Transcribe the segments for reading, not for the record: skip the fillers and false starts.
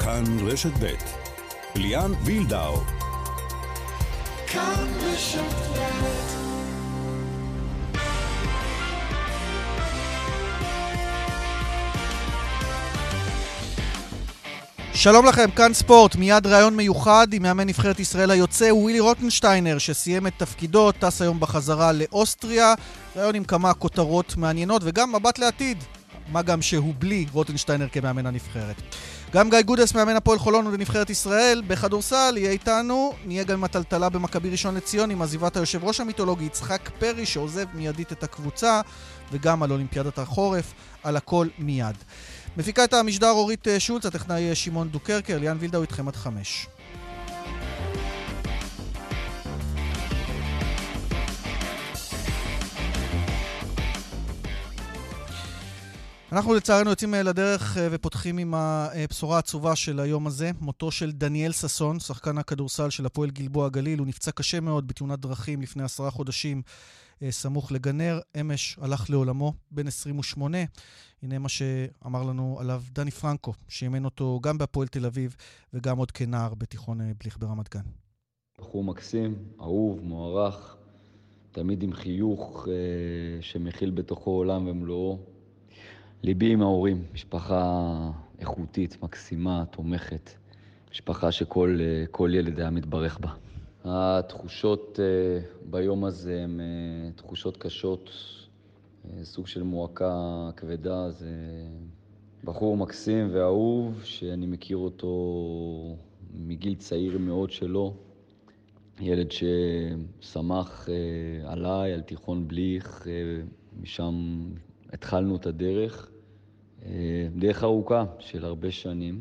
כאן רשת ב' ליאן וילדאו. כאן רשת ב'. שלום לכם, כאן ספורט, מיד ראיון מיוחד עם מאמן נבחרת ישראל היוצא ווילי רוטנשטיינר שסיים את תפקידו, טס היום בחזרה לאוסטריה. ראיון עם כמה כותרות מעניינות וגם מבט לעתיד, מה גם שהוא בלי רוטנשטיינר כמאמן הנבחרת. גם גיא גודס, מאמן הפועל חולון ונבחרת ישראל בכדורסל, יהיה איתנו. נהיה גם עם הטלטלה במכבי ראשון לציון עם עזיבת היושב ראש המיתולוגי יצחק פרי שעוזב מיידית את הקבוצה, וגם על אולימפיאדת החורף, על הכל מיד. מפיקה את המשדר אורית שולץ, הטכנאי שמעון דוקרקר, ליאן וילדאו איתכם עד 5. אנחנו לצערנו יוצאים לדרך ופותחים עם הבשורה העצובה של היום הזה, מותו של דניאל ססון, שחקן הכדורסל של הפועל גלבוע גליל. הוא נפצע קשה מאוד בתאונת דרכים לפני 10 חודשים סמוך לגנר. אמש הלך לעולמו, בן 28. הנה מה שאמר לנו עליו דני פרנקו, שאימן אותו גם בהפועל תל אביב וגם עוד כנער בתיכון בליך ברמת גן. בחור מקסים, אהוב, מוערך, תמיד עם חיוך שמכיל בתוכו עולם ומלואו. ליבי עם ההורים, משפחה איכותית, מקסימה, תומכת, משפחה שכל ילד היה מתברך בה. התחושות ביום הזה הן תחושות קשות, סוג של מועקה כבדה. זה בחור מקסים ואהוב שאני מכיר אותו מגיל צעיר מאוד שלו. ילד ששמח עליי, על תיכון בליך, משם התחלנו את הדרך. דרך ארוכה של הרבה שנים,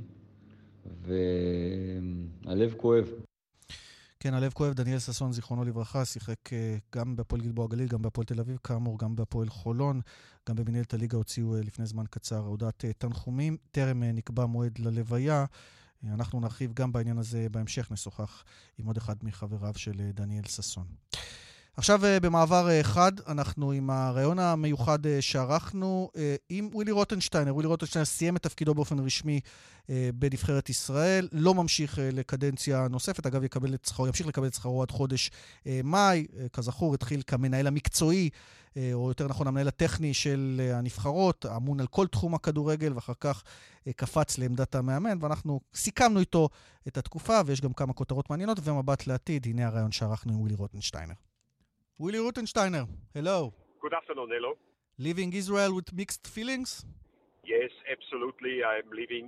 והלב כואב. כן, הלב כואב. דניאל ססון, זיכרונו לברכה, שיחק גם בהפועל גלבוע גליל, גם בהפועל תל אביב, כאמור, גם בהפועל חולון, גם במנהלת הליגה הוציאו לפני זמן קצר הודעת תנחומים. טרם נקבע מועד ללוויה. אנחנו נרחיב גם בעניין הזה בהמשך, נשוחח עם עוד אחד מחבריו של דניאל ססון. עכשיו במעבר אחד, אנחנו עם הרעיון המיוחד שערכנו עם ווילי רוטנשטיינר. ווילי רוטנשטיינר סיים את תפקידו באופן רשמי בנבחרת ישראל, לא ממשיך לקדנציה נוספת, אגב ימשיך לקבל את שכרו עד חודש מאי. כזכור, התחיל כמנהל המקצועי, או יותר נכון המנהל הטכני של הנבחרות, אמון על כל תחום הכדורגל, ואחר כך קפץ לעמדת המאמן, ואנחנו סיכמנו איתו את התקופה, ויש גם כמה כותרות מעניינות ומבט לעתיד. הנה הרעיון שערכנו עם ווילי רוטנשטיינר. Willy Rothensteiner, hello. Good afternoon, hello. Leaving Israel with mixed feelings? Yes, absolutely. I'm leaving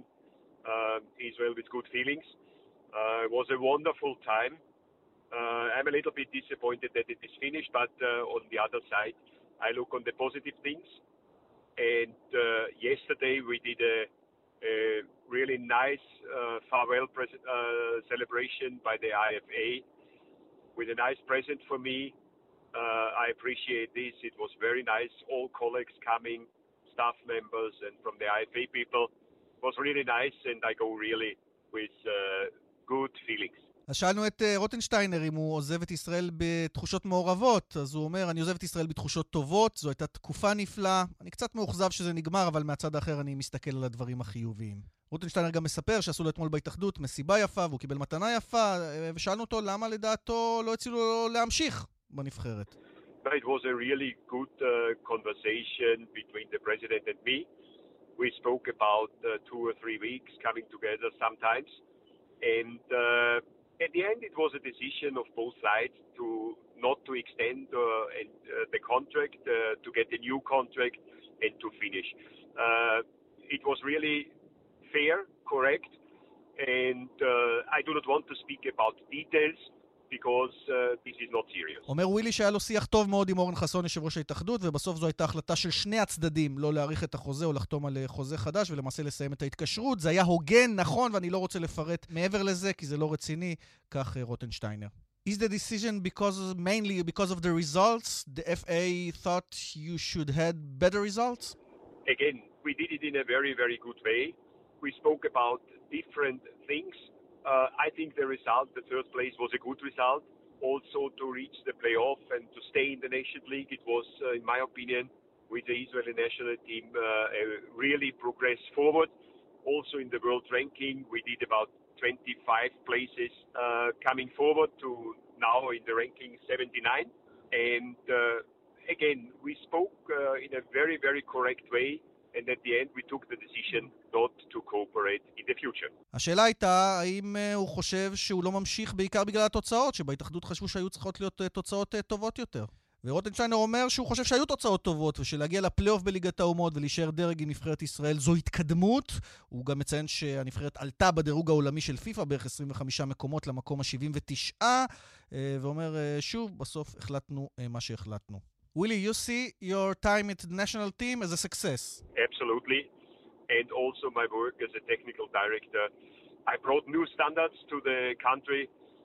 Israel with good feelings. It was a wonderful time. I'm a little bit disappointed that it is finished, but on the other side, I look on the positive things. And yesterday we did a really nice farewell celebration by the IFA with a nice present for me. I appreciate this. It was very nice. All colleagues coming, staff members, and from the IFA people. It was really nice, and I go really with good feelings. אז שאלנו את רוטנשטיינר אם הוא עוזב את ישראל בתחושות מעורבות, אז הוא אומר, אני עוזב את ישראל בתחושות טובות, זו הייתה תקופה נפלאה, אני קצת מאוכזב שזה נגמר, אבל מהצד האחר אני מסתכל על הדברים החיוביים. רוטנשטיינר גם מספר שעשו לו אתמול בהתאחדות מסיבה יפה, והוא קיבל מתנה יפה, ושאלנו אותו למה לדעתו לא הצילו לו להמשיך בנבחרת. It was a really good conversation between the president and me. We spoke about 2 or 3 weeks coming together sometimes, and at the end it was a decision of both sides to not to extend the contract, to get a new contract and to finish. It was really fair, correct, and I do not want to speak about details because this is not serious. אומר ווילי שהיה לו שיח טוב מאוד עם אורן חסון, יושב ראש ההתאחדות, ובסוף זו הייתה החלטה של שני הצדדים לא להאריך את החוזה או לחתום על חוזה חדש ולמעשה לסיים את ההתקשרות. זה היה הוגן, נכון, ואני לא רוצה לפרט מעבר לזה כי זה לא רציני, כך רוטנשטיינר. Is the decision mainly because of the results? The FA thought you should have better results? Again, we did it in a very, very good way. We spoke about different things. I think the result, the third place, was a good result. Also to reach the playoff and to stay in the Nations League, it was, in my opinion, with the Israeli national team, a really progress forward. also in the world ranking. We did about 25 places coming forward to now in the ranking 79. And again, we spoke in a very, very correct way. And at the end, we took the decision not to cooperate in the future. השאלה הייתה, האם הוא חושב שהוא לא ממשיך בעיקר בגלל התוצאות, שבהתאחדות חשבו שהיו צריכות להיות תוצאות טובות יותר. ורוטנשטיינר אומר שהוא חושב שהיו תוצאות טובות, ושלהגיע לפלייאוף בליגת האומות ולהישאר דרג עם נבחרת ישראל זו התקדמות. הוא גם מציין שהנבחרת עלתה בדירוג העולמי של פיפ"א בערך 25 מקומות למקום ה-79, ואומר שוב, בסוף החלטנו מה שהחלטנו. Willie, you see your time at the national team as a success? Absolutely. And also my work as a technical director. I brought new standards to the country.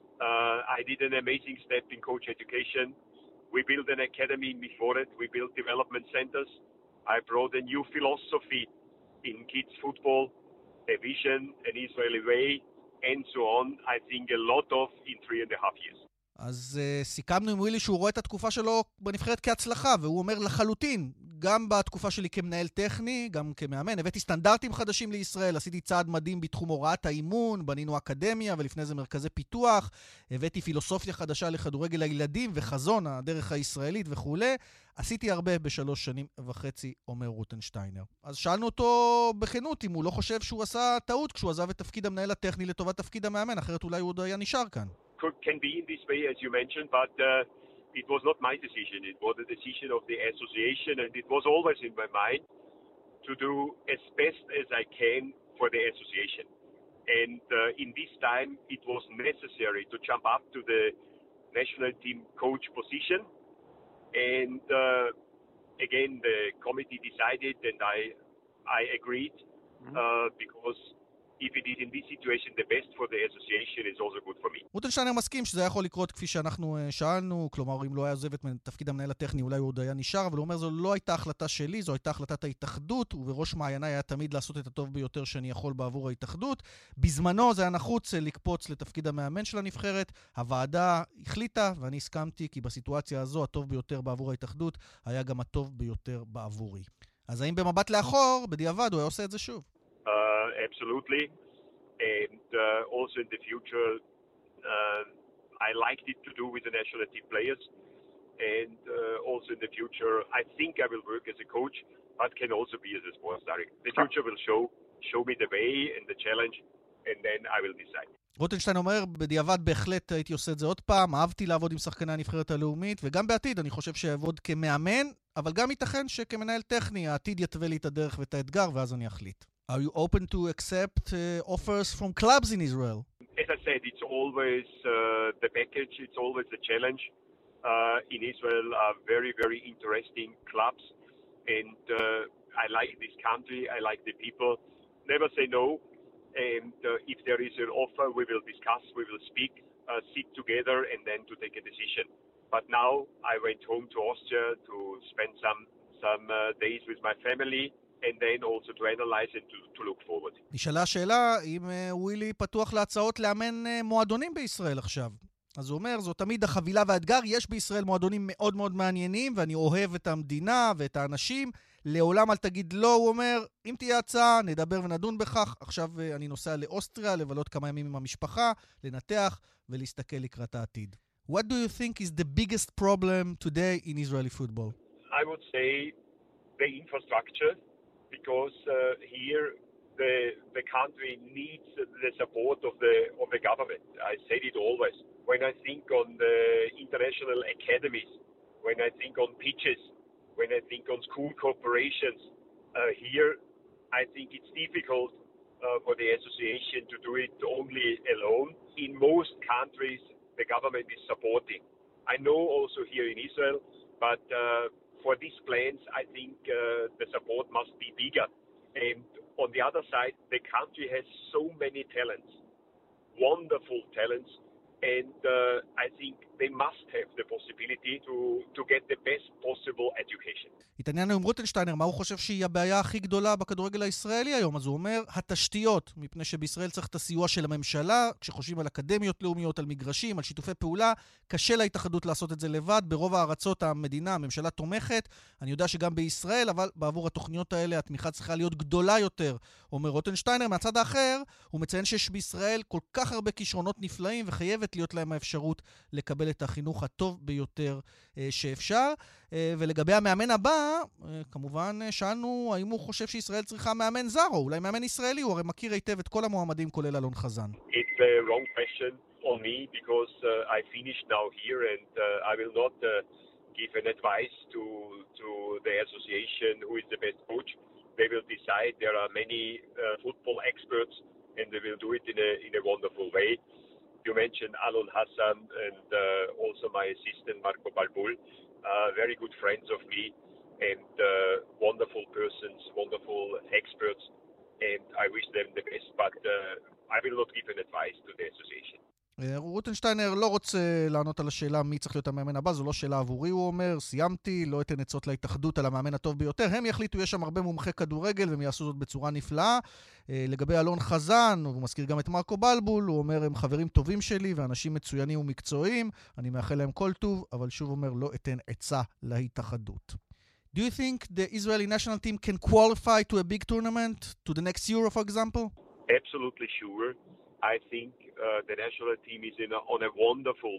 I did an amazing step in coach education. We built an academy before it. We built development centers. I brought a new philosophy in kids football, a vision, an Israeli way, and so on. I think a lot of in 3.5 years. אז סיכמנו עם ווילי שהוא רואה את התקופה שלו בנבחרת כהצלחה, והוא אומר לחלוטין, גם בתקופה שלי כמנהל טכני, גם כמאמן, הבאתי סטנדרטים חדשים לישראל, עשיתי צעד מדהים בתחום הוראת האימון, בנינו אקדמיה ולפני זה מרכזי פיתוח, הבאתי פילוסופיה חדשה לכדורגל הילדים וחזון הדרך הישראלית וכו'. עשיתי הרבה ב3.5 שנים, אומר רוטנשטיינר. אז שאלנו אותו בכנות אם הוא לא חושב שהוא עשה טעות כשהוא עזב את תפקיד המנהל הטכני לטובת תפקיד המאמן, אחרת אולי הוא עוד היה נשאר כאן. Can be in this way, as you mentioned, but it was not my decision. It was a decision of the association, and it was always in my mind to do as best as I can for the association. And in this time, it was necessary to jump up to the national team coach position. And again, the committee decided, and I agreed, because if it is in this situation, the best for the association is also good for me. רוטנשטיינר מסכים שזה יכול לקרות כפי שאנחנו שאלנו, כלומר, אם לא היה עוזב את תפקיד המנהל הטכני, אולי הוא עוד היה נשאר, אבל הוא אומר, זו לא הייתה החלטה שלי, זו הייתה החלטת ההתאחדות, ובראש מעייניי היה תמיד לעשות את הטוב ביותר שאני יכול בעבור ההתאחדות. בזמנו זה היה נחוץ לקפוץ לתפקיד המאמן של הנבחרת, הוועדה החליטה, ואני הסכמתי, כי בסיטואציה הזו, הטוב ביותר בעבור ההתאחדות, היה גם הטוב ביותר בעבורי. אז האם במבט לאחור, בדיעבד, הוא היה עושה את זה שוב? Absolutely. And also in the future, I liked it to do with the national team players. And also in the future, I think I will work as a coach, but can also be as a sports director. The future will show me the way and the challenge, and then I will decide. רוטנשטיין אומר, בדיעבד בהחלט הייתי עושה את זה עוד פעם, אהבתי לעבוד עם שחקני הנבחרת הלאומית, וגם בעתיד אני חושב שיעבוד כמאמן, אבל גם ייתכן שכמנהל טכני, העתיד יתווה לי את הדרך ואת האתגר, ואז אני אחליט. Are you open to accept offers from clubs in Israel? As I said, it's always the package, it's always the challenge. In Israel are very, very interesting clubs, and I like this country, I like the people. Never say no, and if there is an offer, we will discuss, we will speak, sit together, and then to take a decision. But now I went home to Austria to spend some days with my family, and then also to analyze and to look forward. נשאלה השאלה אם ווילי פתוח להצעות לאמן מועדונים בישראל עכשיו. אז הוא אומר, זו תמיד החבילה והאתגר, יש בישראל מועדונים מאוד מאוד מעניינים, ואני אוהב את המדינה ואת האנשים, לעולם אל תגיד לא, הוא אומר, אם תהיה הצעה, נדבר ונדון בכך, עכשיו אני נוסע לאוסטריה, לבלות כמה ימים עם המשפחה, לנתח ולהסתכל לקראת העתיד. What do you think is the biggest problem today in Israeli football? I would say the infrastructure, because here the country needs the support of the government. I said it always. When I think on the international academies, when I think on pitches, when I think on school corporations, here I think it's difficult for the association to do it only alone. In most countries, the government is supporting. I know also here in Israel, but for these plans, I think the support must be bigger. And on the other side, the country has so many talents, wonderful talents, and I think they must have the possibility to get the best possible education. התעניינו עם רוטנשטיינר, מה הוא חושב שהיא הבעיה הכי גדולה בכדורגל הישראלי היום? אז הוא אומר, התשתיות, מפני שבישראל צריך את הסיוע של הממשלה, כשחושבים על אקדמיות לאומיות, על מגרשים, על שיתופי פעולה, קשה להתאחדות לעשות את זה לבד, ברוב הארצות המדינה, הממשלה תומכת, אני יודע שגם בישראל, אבל בעבור התוכניות האלה התמיכה צריכה להיות גדולה יותר, אומר רוטנשטיינר. מהצד האחר, הוא מציין שיש בישראל כל כך הרבה כישרונות נפלאים, וחייבת להיות להם האפשרות לקבל את החינוך הטוב ביותר שאפשר. ולגבי המאמן הבא, כמובן שאלנו האם הוא חושב שישראל צריכה מאמן זר, או אולי מאמן ישראלי, הוא הרי מכיר היטב את כל המועמדים, כולל אלון חזן. It's a wrong question on me because I finished now here and I will not give an advice to the association who is the best coach. They will decide. There are many football experts and they will do it in a wonderful way. You mentioned Alon Hassan and also my assistant Marco Balbul, very good friends of me and wonderful persons, wonderful experts, and I wish them the best, but I will not give an advice to the association. רוטנשטיינר לא רוצה לענות על השאלה מי צריך להיות המאמן הבא, זו לא שאלה עבורי, הוא אומר, סיימתי, לא אתן עצות להתאחדות על המאמן הטוב ביותר, הם יחליטו, יש שם הרבה מומחי כדורגל והם יעשו זאת בצורה נפלאה. לגבי אלון חזן, הוא מזכיר גם את מרקו בלבול, הוא אומר, הם חברים טובים שלי ואנשים מצוינים ומקצועיים, אני מאחל להם כל טוב, אבל שוב אומר, לא אתן עצה להתאחדות. Do you think the Israeli national team can qualify to a big tournament, to the next Euro, for example? Absolutely sure. I think the national team is on a wonderful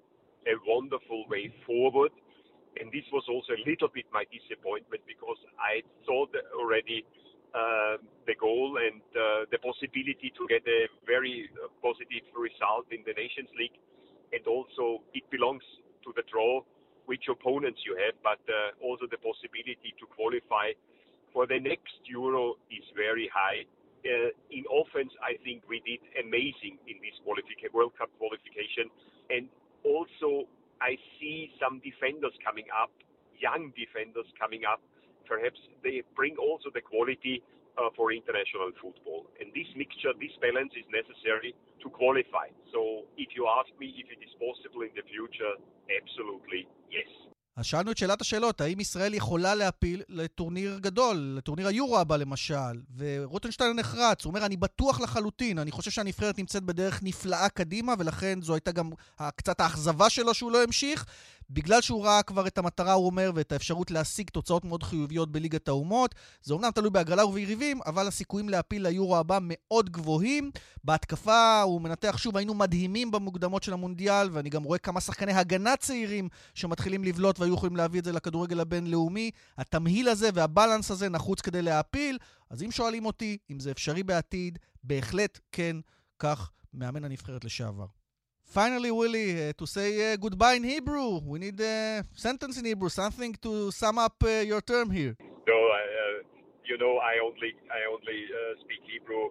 way forward. And this was also a little bit my disappointment because I thought already the goal and the possibility to get a very positive result in the Nations League. And also it belongs to the draw which opponents you have, but also the possibility to qualify for the next Euro is very high. In offense, I think we did amazing in this World Cup qualification. And also, I see some defenders coming up, young defenders coming up. Perhaps they bring also the quality for international football. And this mixture, this balance is necessary to qualify. So if you ask me if it is possible in the future, absolutely yes. אז שאלנו את שאלת השאלות, האם ישראל יכולה להפיל לטורניר גדול, לטורניר היורו הבא למשל, ורוטנשטיין נחרץ, הוא אומר, אני בטוח לחלוטין, אני חושב שהנבחרת נמצאת בדרך נפלאה קדימה, ולכן זו הייתה גם קצת האכזבה שלו שהוא לא המשיך, בגלל שהוא ראה כבר את המטרה, הוא אומר, ואת האפשרות להשיג תוצאות מאוד חיוביות בליגת האומות. זה אומנם תלוי בהגרלה וביריבים, אבל הסיכויים להפיל ליורו הבא מאוד גבוהים. בהתקפה הוא מנתח שוב, היינו מדהימים במוקדמות של המונדיאל, ואני גם רואה כמה שחקני הגנה צעירים שמתחילים לבלוט והיו יכולים להביא את זה לכדורגל הבינלאומי. התמהיל הזה והבלנס הזה נחוץ כדי להפיל. אז אם שואלים אותי אם זה אפשרי בעתיד, בהחלט כן, כך מאמן הנבחרת לשעבר. Finally, Willie, to say goodbye in Hebrew, we need a sentence in Hebrew, something to sum up your term here. No, you know, I only speak Hebrew,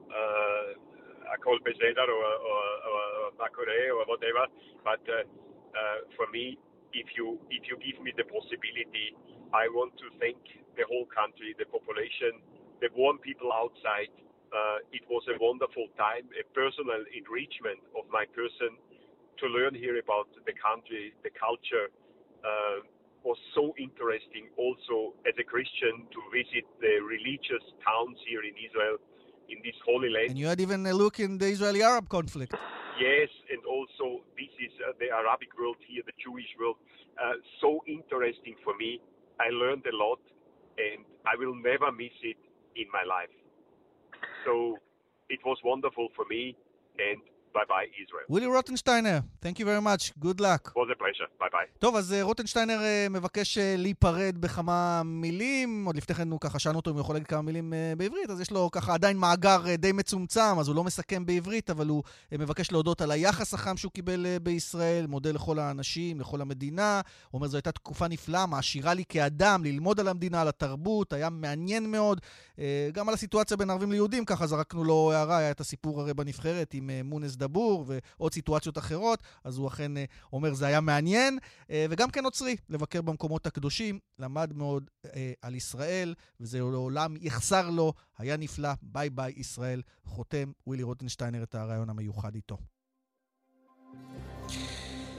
Akol Beseder or Makore or whatever. But for me, if you give me the possibility, I want to thank the whole country, the population, the warm people outside. It was a wonderful time, a personal enrichment of my person to learn here about the country, the culture. Was so interesting also as a Christian to visit the religious towns here in Israel, in this Holy Land. And you had even a look in the Israeli-Arab conflict. Yes, and also this is the Arabic world here, the Jewish world. So interesting for me. I learned a lot and I will never miss it in my life. So it was wonderful for me and bye-bye Israel. Willie Rothensteiner, thank you very much. Good luck. It was a pleasure. Bye-bye. טוב, אז רוטנשטיינר מבקש להיפרד בכמה מילים. עוד לפני כן הוא ככה שאלנו אותו אם הוא יכול להגיד כמה מילים בעברית, אז יש לו ככה עדיין מאגר די מצומצם, אז הוא לא מסכם בעברית, אבל הוא מבקש להודות על היחס החם שהוא קיבל בישראל, מודה לכל האנשים, לכל המדינה. הוא אומר, זו הייתה תקופה נפלאה, מעשירה לי כאדם, ללמוד על המדינה, על התרבות, היה מעניין מאוד. גם על הסיטואציה בין ערבים ליהודים, ככה זרקנו לו הערה, היה את הסיפור הרי בנבחרת עם מונס דבור ועוד סיטואציות אחרות, אז הוא אכן אומר, זה היה מעניין, וגם כן נוצרי, לבקר במקומות הקדושים, למד מאוד על ישראל, וזה לעולם יחסר לו, היה נפלא, ביי ביי ישראל, חותם ווילי רוטנשטיינר את הרעיון המיוחד איתו.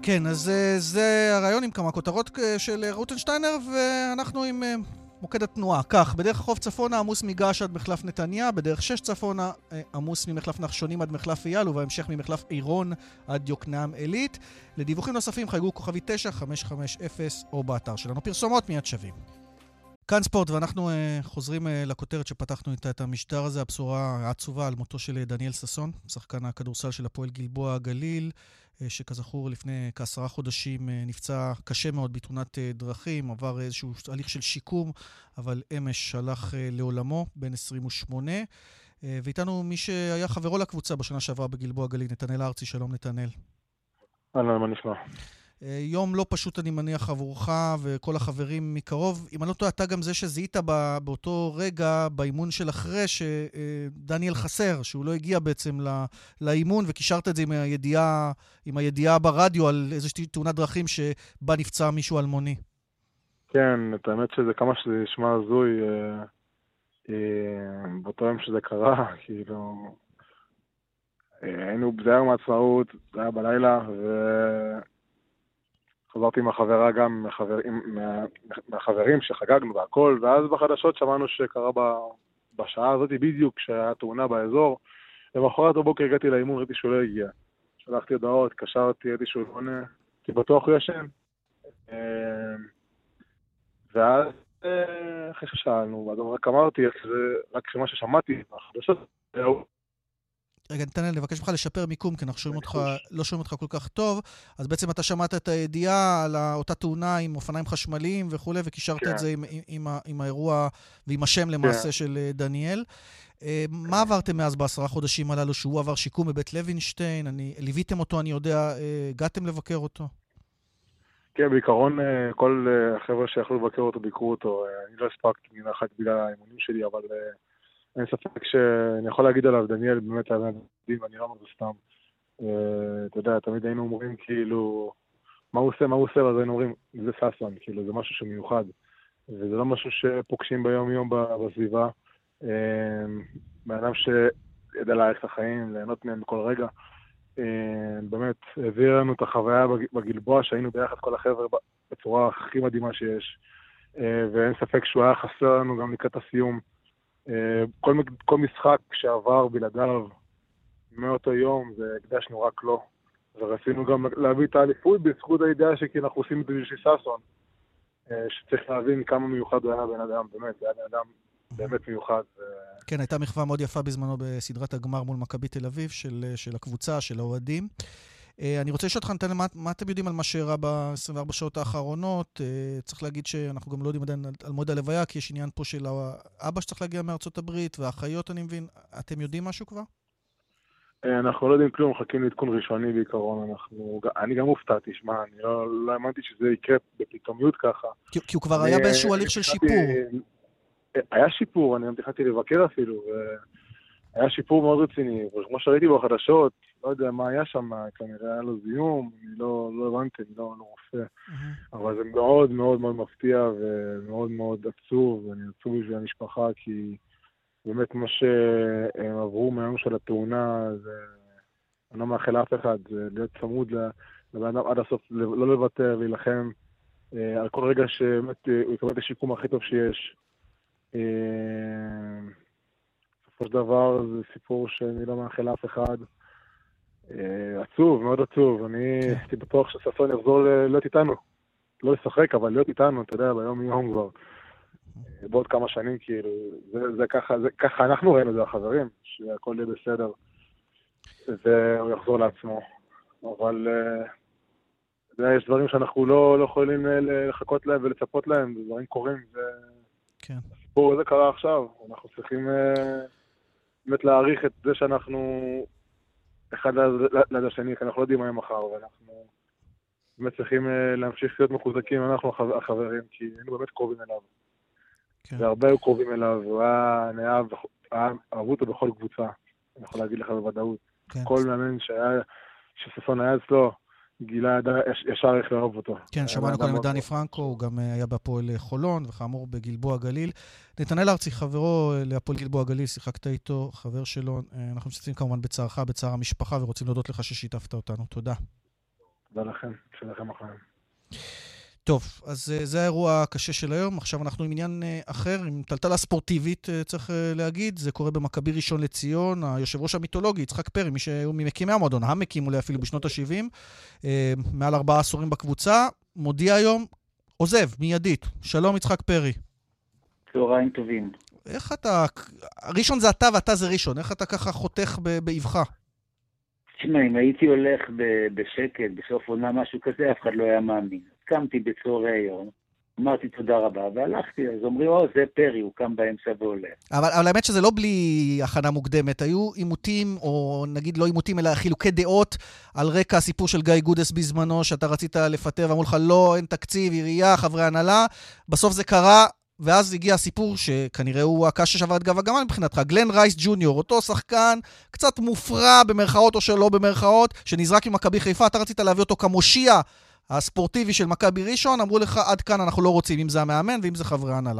כן, אז זה הרעיון עם כמה כותרות של רוטנשטיינר, ואנחנו עם מוקד התנועה. כך, בדרך החוף צפונה עמוס מגעש עד מחלף נתניה, בדרך 6 צפונה עמוס ממחלף נחשונים עד מחלף אייל, ובהמשך ממחלף עירון עד יוקנעם עילית. לדיווחים נוספים חייגו כוכבי 9550 או באתר שלנו. פרסומות מיד שווים. כאן ספורט, ואנחנו חוזרים לכותרת שפתחנו איתה את המשדר הזה, הבשורה העצובה על מותו של דניאל ששון, שחקן הכדורסל של הפועל גלבוע הגליל, שכזכור לפני כ10 חודשים נפצע קשה מאוד בתאונת דרכים, עבר איזשהו הליך של שיקום, אבל אמש הלך לעולמו, בן 28, ואיתנו מי שהיה חברו לקבוצה בשנה שעברה בגלבוע הגליל, נתנאל ארצי. שלום נתנאל. אהלן, מה נשמע? יום לא פשוט אני מניח עבורך וכל החברים מקרוב. אם אני לא טועה, אתה גם זה שזיהית באותו רגע באימון של אחרי שדניאל חסר, שהוא לא הגיע בעצם לאימון, וקישרת את זה עם הידיעה ברדיו על איזושהי תאונת דרכים שבה נפצע מישהו אלמוני. כן, את האמת שזה כמה שזה נשמע הזוי, באותו יום שזה קרה, כאילו, היינו ביום העצמאות, זה היה בלילה, חזרתי עם החברה גם מהחברים שחגגנו והכל, ואז בחדשות שמענו שקרה בשעה הזאת בדיוק כשהיה תאונה באזור, למחרת בבוקר הגעתי לאימון, ראיתי שהוא לא הגיע. שלחתי הודעות, קשרתי, ראיתי שהוא לא עונה, כי בטוח הוא ישן. ואז אחרי ששאלנו, אז רק אמרתי, רק מה ששמעתי בחדשות, רגע, נתנאל, לבקש ממך לשפר מיקום, כי אנחנו לא שומעים אותך כל כך טוב, אז בעצם אתה שמעת את הידיעה על אותה תאונה עם אופניים חשמליים וכו', וקישרת את זה עם האירוע ועם השם למעשה של דניאל. מה עברתם מאז ב10 חודשים הללו, שהוא עבר שיקום בבית לוינשטיין? ליוויתם אותו, אני יודע, הגעתם לבקר אותו? כן, בעיקרון כל החבר'ה שיכלו לבקר אותו, ביקרו אותו. אני לא הספקתי מילה אחת בגלל האימונים שלי, אבל אין ספק שאני יכול להגיד עליו, דניאל באמת היה מדהים, ואני לא אומר זה סתם. אתה יודע, תמיד היינו אומרים כאילו, מה הוא עושה, ואז היינו אומרים, זה ששון, כאילו, זה משהו שמיוחד. וזה לא משהו שפוגשים ביום יום בסביבה. באדם שידע להעריך את החיים, ליהנות מהם בכל רגע. באמת, הביא לנו את החוויה בגלבוע, שהיינו ביחד כל החבר'ה בצורה הכי מדהימה שיש. ואין ספק שהוא היה חסר לנו גם לקראת הסיום. כל משחק שעבר בלעדיו מאותו יום, זה הקדשנו רק לו. ורצינו גם להביא את האליפות בזכות הידיעה שכי אנחנו עושים את זה בשביל ששון. שצריך להבין כמה מיוחד הוא היה בן אדם, באמת, זה היה בן אדם באמת מיוחד. כן, הייתה מחווה מאוד יפה בזמנו בסדרת הגמר מול מכבי תל אביב של הקבוצה, של האוהדים. אני רוצה לשאול אותך, נתן, מה אתם יודעים על מה שאירע ב-24 שעות האחרונות? צריך להגיד שאנחנו גם לא יודעים עדיין על מועד הלוויה, כי יש עניין פה של האבא שצריך להגיע מארצות הברית, והאחיות, אני מבין. אתם יודעים משהו כבר? אנחנו לא יודעים כלום, מחכים לעדכון ראשוני בעיקרון. אני גם הופתעתי, שמע, אני לא האמנתי שזה יקרה בפתאומיות ככה. כי הוא כבר היה באיזשהו הליך של שיפור. היה שיפור, אני התחלתי לבקר אפילו, היה שיפור מאוד רציני, וכמו שראיתי בחדשות, לא יודע מה היה שם, כנראה היה לו זיהום, אני לא הבנתי, אני לא רופא, אבל זה מאוד מאוד מאוד מפתיע ומאוד מאוד עצוב, ואני עצוב בשביל המשפחה, כי באמת מה שהם עברו מהיום של התאונה, אני לא מאחל לאף אחד, זה להיות צמוד לבן אדם עד הסוף, לא לוותר, להילחם על כל רגע שבאמת הוא יקבל את השיקום הכי טוב שיש. בסופו של דבר זה סיפור שאני לא מאחל לאף אחד. עצוב, מאוד עצוב. אני הייתי בטוח שששון יחזור להיות איתנו. לא לשחק, אבל להיות איתנו, אתה יודע, ביום יום כבר. בעוד כמה שנים, כאילו, זה ככה אנחנו ראינו, זה החברים, שהכל יהיה בסדר. והוא יחזור לעצמו. אבל יש דברים שאנחנו לא יכולים לחכות להם ולצפות להם, דברים קורים, כן. הסיפור הזה קרה עכשיו, אנחנו צריכים באמת להעריך את זה שאנחנו אחד ליד השני, כי אנחנו לא יודעים מה יהיה מחר, ואנחנו באמת צריכים להמשיך להיות מחוזקים, אנחנו החברים, כי היינו באמת קרובים אליו. כן. והרבה היו קרובים אליו, הוא היה אהבו אותו בכל קבוצה, אני יכול להגיד לך בוודאות. כן. כל מאמן שששון היה אצלו, גילה ישר איך לאהוב אותו. כן, שמענו קודם את דני פרנקו, הוא גם היה בהפועל חולון, וכאמור בגלבוע גליל. נתנאל ארצי, חברו להפועל גלבוע גליל, שיחקת איתו, חבר שלו. אנחנו משתתפים כמובן בצערך, בצער המשפחה, ורוצים להודות לך ששיתפת אותנו. תודה. תודה לכם, שלכם החיים. טוב, אז זה האירוע הקשה של היום. עכשיו אנחנו עם עניין אחר, עם טלטלה ספורטיבית, צריך להגיד. זה קורה במכבי ראשון לציון. היושב ראש המיתולוגי, יצחק פרי, מי שהוא ממקימי המועדון, המקים אולי אפילו בשנות ה-70, מעל 4 עשורים בקבוצה, מודיע היום, עוזב, מיידית. שלום יצחק פרי. צהריים טובים. איך אתה, ראשון זה אתה ואתה זה ראשון, איך אתה ככה חותך באבחה? תשמע, אם הייתי הולך בשקט, בסוף עונה משהו כזה, אף אחד לא היה מאמין. קמתי בצהרי היום, אמרתי תודה רבה, והלכתי, אז אומרים, זה פרי, הוא קם באמצע והולך. אבל האמת שזה לא בלי הכנה מוקדמת, היו עימותים, או נגיד לא עימותים, אלא חילוקי דעות, על רקע הסיפור של גיא גודס בזמנו, שאתה רצית לפטר, ואמרו לך, לא, אין תקציב, עירייה, חברי הנהלה, בסוף זה קרה, ואז הגיע הסיפור שכנראה הוא הקש ששבר את גב הגמל מבחינתך, גלן רייס ג'וניור, אותו שחקן קצת מופרע במרכאות או שלא במרכאות, שנזרק ממכבי חיפה, אתה רצית להביא אותו כמושיע הספורטיבי של מכבי ראשון, אמרו לך עד כאן אנחנו לא רוצים, אם זה המאמן ואם זה חברי הנהלה.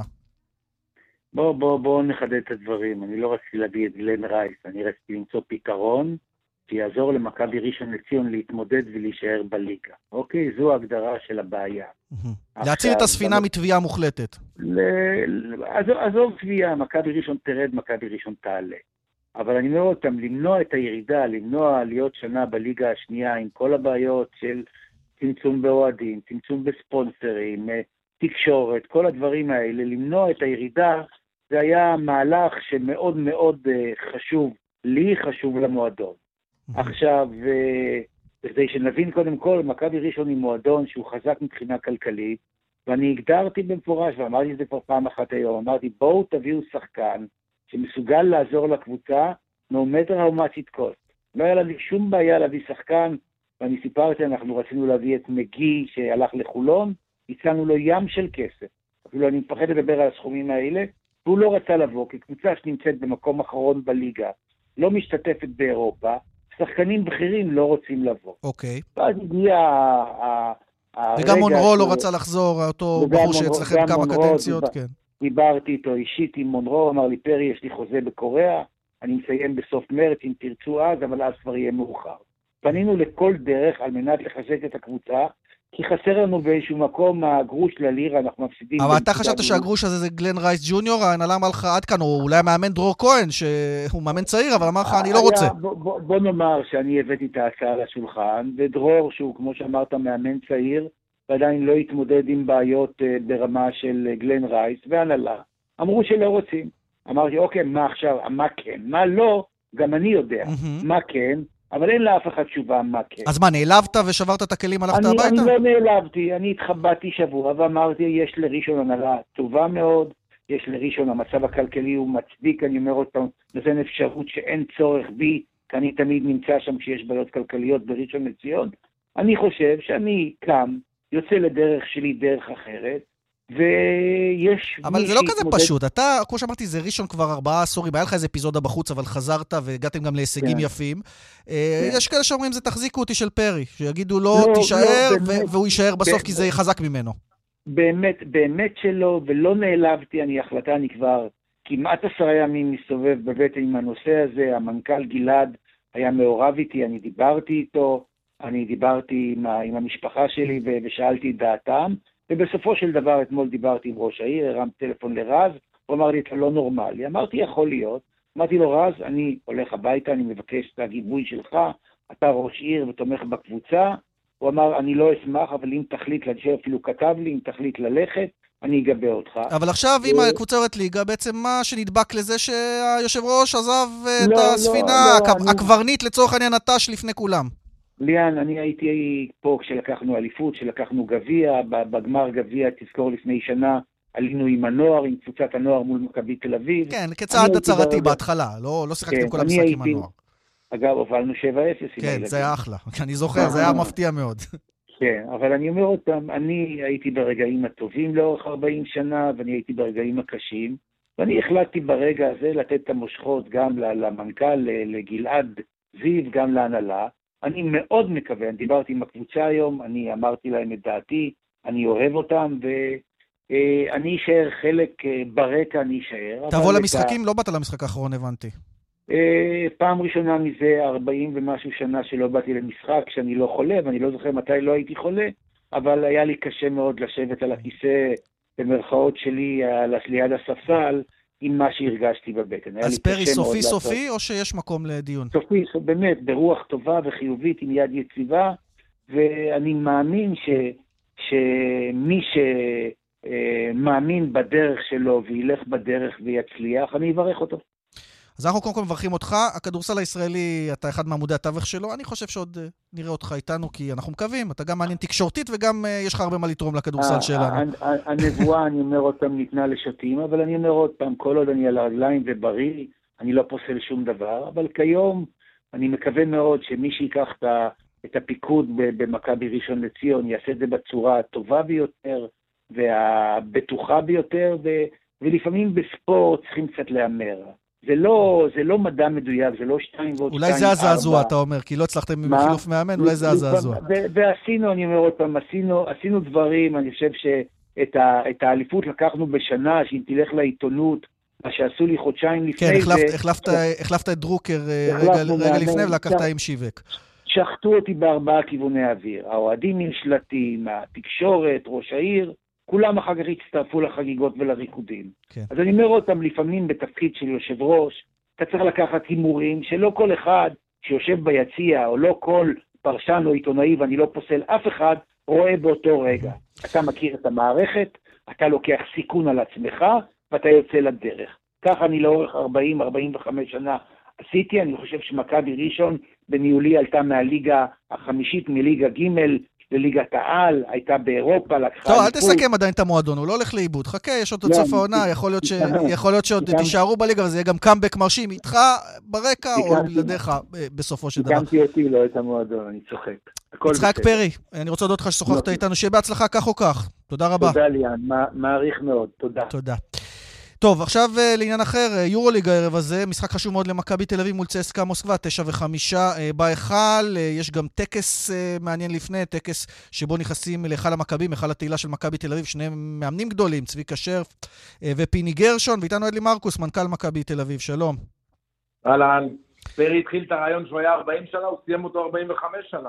בוא נחדד את הדברים, אני לא רציתי להביא את גלן רייס, אני רציתי למצוא פתרון שיעזור למכבי ראשון לציון להתמודד ולהישאר בליגה. אוקיי, זו ההגדרה של הבעיה. להציל את הספינה מתביעה מוחלטת. עזוב תביעה, מכבי ראשון תרד, מכבי ראשון תעלה. אבל אני אומר אותם, למנוע את הירידה, למנוע להיות שנה בליגה השנייה עם כל הבעיות של צמצום באוהדים, צמצום בספונסרים, תקשורת, כל הדברים האלה, למנוע את הירידה, זה היה מהלך שמאוד מאוד חשוב, לי חשוב למועדון. עכשיו, כדי שנבין קודם כל, מכבי ראשון היא מועדון שהוא חזק מבחינה כלכלית, ואני הגדרתי במפורש, ואמרתי את זה כבר פעם אחת היום, אמרתי, בואו תביאו שחקן שמסוגל לעזור לקבוצה, no matter how much it cost. לא היה לי שום בעיה להביא שחקן, ואני סיפרתי, אנחנו רצינו להביא את מגי שהלך לחולון, הצענו לו ים של כסף. אפילו אני מפחד לדבר על הסכומים האלה, והוא לא רצה לבוא, כי קבוצה שנמצאת במקום אחרון בליגה, לא משתתפת באירופה, שחקנים בכירים לא רוצים לבוא. אוקיי. ואז הגיע וגם מונרו לא רצה לחזור, אותו בחור שאצלכם כמה קדנציות, כן. דיברתי איתו אישית עם מונרו, אמר לי, פרי, יש לי חוזה בקוריאה, אני מסיים בסוף מרץ, אם תרצו אז, אבל אז כבר יהיה מאוחר. פנינו לכל דרך על מנת לחזק את הקבוצה, כי חסר לנו באיזשהו מקום הגרוש ללירה, אנחנו מפסידים. אבל אתה חשבת שהגרוש הזה זה גלן רייס ג'וניור, ההנהלה אמר לך עד כאן, או אולי המאמן דרור כהן, שהוא מאמן צעיר, אבל אמר לך, אני לא רוצה. בוא נאמר שאני הבאתי את ההצעה לשולחן, ודרור, שהוא כמו שאמרת, מאמן צעיר, ועדיין לא התמודד עם בעיות ברמה של גלן רייס, והנהלה, אמרו שלא רוצים. אמרתי, אוקיי, מה עכשיו, מה כן, מה לא, גם אני יודע, מה כן, אבל אין לאף אחד תשובה מה כן. אז מה, נעלבת ושברת את הכלים, הלכת הביתה? אני לא נעלבתי, אני התחבאתי שבוע ואמרתי, יש לראשון הנהלה טובה מאוד, יש לראשון המצב הכלכלי הוא מצדיק, אני אומר עוד פעם, נותן אפשרות שאין צורך בי, כי אני תמיד נמצא שם כשיש בעיות כלכליות בראשון לציון. אני חושב שאני קם, יוצא לדרך שלי דרך אחרת, ויש... אבל זה לא כזה פשוט, אתה, כמו שאמרתי, זה ראשון כבר 4 עשורים, היה לך איזה אפיזודה בחוץ, אבל חזרת והגעתם גם להישגים יפים. יש כאלה שאומרים, זה תחזיקו אותי של פרי, שיגידו לו, תישאר, והוא יישאר בסוף, כי זה חזק ממנו. באמת שלא, ולא נעלבתי, החלטה, אני כבר כמעט 10 ימים מסתובב בבית עם הנושא הזה, המנכ"ל גלעד היה מעורב איתי, אני דיברתי איתו, אני דיברתי עם המשפחה שלי ושאלתי את דעתם, ובסופו של דבר אתמול דיברתי עם ראש העיר, הרמתי טלפון לרז, הוא אמר לי, אתה לא נורמלי. אמרתי, יכול להיות. אמרתי לו, רז, אני הולך הביתה, אני מבקש את הגיבוי שלך, אתה ראש עיר ותומך בקבוצה. הוא אמר, אני לא אשמח, אבל אם תחליט, אפילו כתב לי, אם תחליט ללכת, אני אגבה אותך. אבל עכשיו, אם הקבוצה יורדת ליגה, בעצם מה שנדבק לזה שהיושב ראש עזב את הספינה, הקברנית לצורך העניין נטש לפני כולם? ליאן, אני הייתי פה כשלקחנו אליפות, כשלקחנו גביע, בגמר גביע, תזכור לפני שנה, עלינו עם הנוער, עם קבוצת הנוער מול מכבי תל אביב. כן, כצעד הצהרתי בהתחלה, לא שיחקתם כל המשחק עם הנוער. אגב, הובלנו 7-0. כן, זה היה אחלה, אני זוכר, זה היה מפתיע מאוד. כן, אבל אני אומר אותם, אני הייתי ברגעים הטובים לאורך 40 שנה, ואני הייתי ברגעים הקשים, ואני החלטתי ברגע הזה לתת את המושכות גם למנכ"ל, לגלעד זיו, גם להנהלה. אני מאוד מקווה, אני דיברתי עם הקבוצה היום, אני אמרתי להם את דעתי, אני אוהב אותם, ואני אשאר חלק ברקע, אני אשאר. תבוא למשחקים? לא באת למשחק האחרון, הבנתי. פעם ראשונה מזה 40 ומשהו שנה שלא באתי למשחק, שאני לא חולה, ואני לא זוכר מתי לא הייתי חולה, אבל היה לי קשה מאוד לשבת על הכיסא, במרכאות שלי, ליד הספסל, עם מה שהרגשתי בבטן. אז פרי, סופי או שיש מקום לדיון? סופי, באמת, ברוח טובה וחיובית, עם יד יציבה, ואני מאמין שמי שמאמין בדרך שלו, וילך בדרך ויצליח, אני אברך אותו. אז אנחנו קודם כל מברכים אותך. הכדורסל הישראלי, אתה אחד מעמודי התווך שלו. אני חושב שעוד נראה אותך איתנו, כי אנחנו מקווים. אתה גם מעניין תקשורתית, וגם יש לך הרבה מה לתרום לכדורסל שלנו. הנבואה, אני אומר אותם, ניתנה לשוטים, אבל אני אומר עוד פעם, כל עוד אני על הרגליים ובריא, אני לא פוסל שום דבר, אבל כיום אני מקווה מאוד שמי שיקח את הפיקוד במכבי ראשון לציון, יעשה את זה בצורה הטובה ביותר, והבטוחה ביותר, ולפעמים בספורט צריכים קצת להמר. זה לא מדע מדויק, זה לא 2 ועוד 2, 4. אולי זה הזעזוע, אתה אומר, כי לא הצלחתם עם חילוף מאמן, אולי זה הזעזוע. ועשינו, אני אומר עוד פעם, עשינו דברים, אני חושב שאת האליפות לקחנו בשנה, שאם תלך לעיתונות, מה שעשו לי חודשיים לפני. כן, החלפת את דרוקר רגע לפני ולקחת עם שיווק. שחטו אותי ב4 כיווני אוויר. האוהדים עם שלטים, התקשורת, ראש העיר, כולם אחר כך הצטרפו לחגיגות ולריקודים. כן. אז אני אומר אותם, לפעמים בתפקיד של יושב ראש, אתה צריך לקחת הימורים, שלא כל אחד שיושב ביציע, או לא כל פרשן או עיתונאי, ואני לא פוסל אף אחד, רואה באותו רגע. אתה מכיר את המערכת, אתה לוקח סיכון על עצמך, ואתה יוצא לדרך. ככה אני לאורך 40-45 שנה עשיתי. אני חושב שמכבי ראשון בניהולי עלתה מהליגה החמישית, מליגה ג' לליגת העל, הייתה באירופה, לקחה... טוב, אל תסכם עדיין את המועדון, הוא לא הולך לאיבוד. חכה, יש עוד סוף העונה, יכול להיות שעוד תישארו בליגה, וזה יהיה גם קאמבק מרשים איתך ברקע, או בלעדיך בסופו של דבר. הקמתי אותי, לא את המועדון, אני צוחק. יצחק פרי, אני רוצה להודות לך ששוחחת איתנו, שיהיה בהצלחה כך או כך. תודה רבה. תודה ליאן, מעריך מאוד, תודה. תודה. טוב, עכשיו לעניין אחר, יורוליג הערב הזה, משחק חשוב מאוד למכבי תל אביב מול צסקה מוסקבה, 9:05 בהיכל, יש גם טקס מעניין לפני, טקס שבו נכנסים להיכל המכבים, היכל התהילה של מכבי תל אביב, שני מאמנים גדולים, צביקה שרף ופיני גרשון, ואיתנו אדלי מרקוס, מנכ"ל מכבי תל אביב, שלום. אהלן. פרי התחיל את הרעיון שהוא היה 40 שנה, הוא סיים אותו 45 שנה.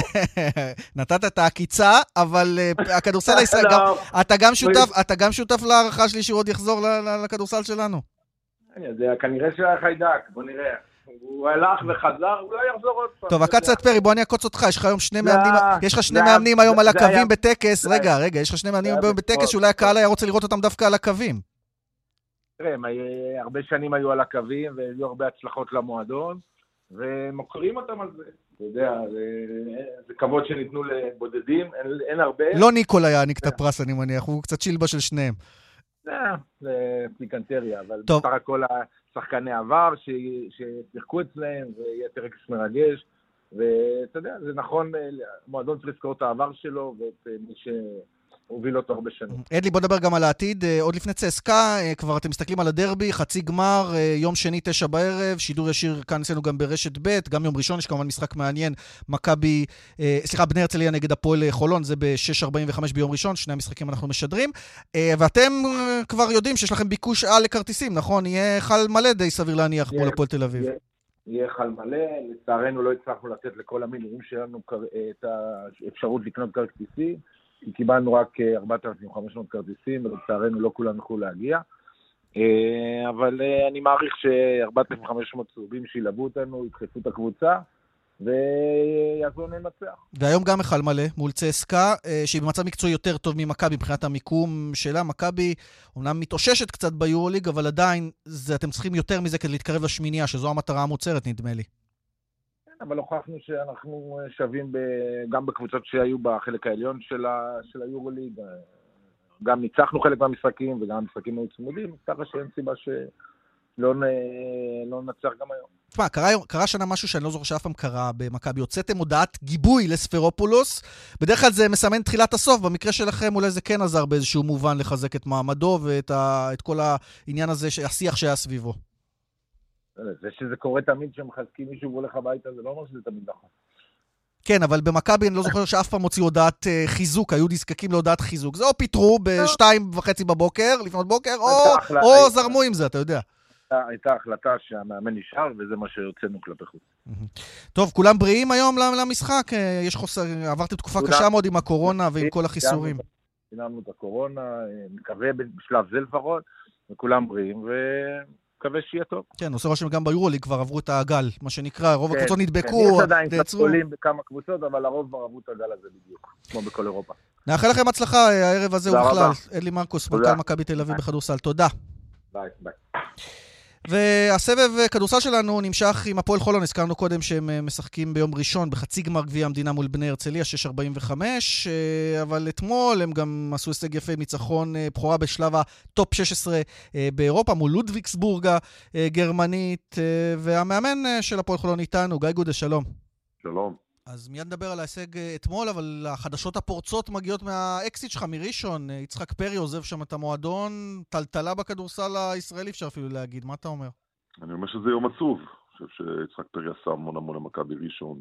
נתת את העקיצה, אבל הכדורסל הישראלי, אתה גם שותף להערכה שלי שהוא עוד יחזור לכדורסל שלנו? אני יודע, כנראה שהיה חיידק, בוא נראה. הוא הלך וחזר, הוא לא יחזור עוד פעם. טוב, הקצת פרי, בוא אני אקוץ אותך, יש לך היום שני מאמנים היום על הקווים בטקס, רגע, יש לך שני מאמנים היום בטקס, שאולי הקהל היה רוצה לראות אותם דווקא על הקווים. תראה, הרבה שנים היו על הקווים, והיו הרבה הצלחות למועדון, ומוכרים אותם על זה. אתה יודע, זה כבוד שניתנו לבודדים, אין הרבה. לא ניקול היה עניק את הפרס, אני מניח, הוא קצת שילבה של שניהם. זה פליקנטריה, אבל בסך הכל השחקני עבר ששיחקו אצלהם, ויהיה טקס מרגש, ואתה יודע, זה נכון, המועדון צריך לזכור את העבר שלו, ואת מי הוביל אותו הרבה שנים. אדלי, בוא נדבר גם על העתיד. עוד לפני צסקה, כבר אתם מסתכלים על הדרבי, חצי גמר, יום שני 9 בערב, שידור ישיר כאן אצלנו גם ברשת ב', גם יום ראשון יש כמובן משחק מעניין, בני הרצליה נגד הפועל חולון, זה ב-6:45 ביום ראשון, שני המשחקים אנחנו משדרים, ואתם כבר יודעים שיש לכם ביקוש על לכרטיסים, נכון? יהיה חל מלא די סביר להניח מול הפועל תל אביב. יהיה חל מלא, לצערנו לא הצלחנו לתת לכל המינויים שלנו את האפשרות לקנות כרטיסים, כי קיבלנו רק 4,500 כרטיסים, ולצערנו לא כולם יכולו להגיע. אבל אני מעריך ש4,500 צהובים שילבו אותנו, ידחפו את הקבוצה, ויעזרו לנצח. והיום גם החל מלא מול צסקה, שהיא במצב מקצועי יותר טוב ממכבי, מבחינת המיקום שלה. מכבי אומנם מתאוששת קצת ביורוליג, אבל עדיין אתם צריכים יותר מזה כדי להתקרב לשמינייה, שזו המטרה המוצהרת, נדמה לי. אבל הוכחנו שאנחנו שווים גם בקבוצות שהיו בחלק העליון של היורוליג, גם ניצחנו חלק מהמשחקים וגם המשחקים היו צמודים, ככה שאין סיבה שלא נצח גם היום. תשמע, קרה שנה משהו שאני לא זוכר שאף פעם קרה במכבי, הוצאתם הודעת גיבוי לספרופולוס, בדרך כלל זה מסמן תחילת הסוף, במקרה שלכם אולי זה כן עזר באיזשהו מובן לחזק את מעמדו ואת כל העניין הזה, השיח שהיה סביבו. זה שזה קורה תמיד שמחזקים מישהו והולך הביתה, זה לא אומר שזה תמיד נכון. כן, אבל במכבי אני לא זוכר שאף פעם הוציאו הודעת חיזוק, היו נזקקים להודעת חיזוק. זה או פיטרו ב2:30 בבוקר, לפנות בוקר, או זרמו עם זה, אתה יודע. הייתה החלטה שהמאמן נשאר, וזה מה שהוצאנו כלפי חוץ. טוב, כולם בריאים היום למשחק? יש חוסר, עברתם תקופה קשה מאוד עם הקורונה ועם כל החיסורים. סיימנו את הקורונה, מקווה בשלב זה לפחות, וכולם בריאים, ומקווה שיהיה טוב. כן, עושה רושם גם ביורוליג כבר עברו את הגל, מה שנקרא, רוב הקבוצות נדבקו, יש עדיין קצת חולים בכמה קבוצות, אבל הרוב כבר עברו את הגל הזה בדיוק, כמו בכל אירופה. נאחל לכם הצלחה הערב הזה ובכלל. אדלי מרקוס, מנכ"ל מכבי תל אביב בכדורסל, תודה. ביי, ביי. והסבב כדורסל שלנו נמשך עם הפועל חולון, הזכרנו קודם שהם משחקים ביום ראשון בחצי גמר גביע המדינה מול בני הרצליה 6:45, אבל אתמול הם גם עשו הישג יפה, ניצחון בחורה בשלב הטופ 16 באירופה מול לודוויגסבורג גרמנית, והמאמן של הפועל חולון איתנו, גיא גודס, שלום. שלום. אז מיד נדבר על ההישג אתמול, אבל החדשות הפורצות מגיעות מהאקסיט שלך מראשון. יצחק פרי עוזב שם את המועדון, טלטלה בכדורסל הישראלי, אפשר אפילו להגיד. מה אתה אומר? אני אומר שזה יום עצוב. אני חושב שיצחק פרי עשה המון למכבי ראשון,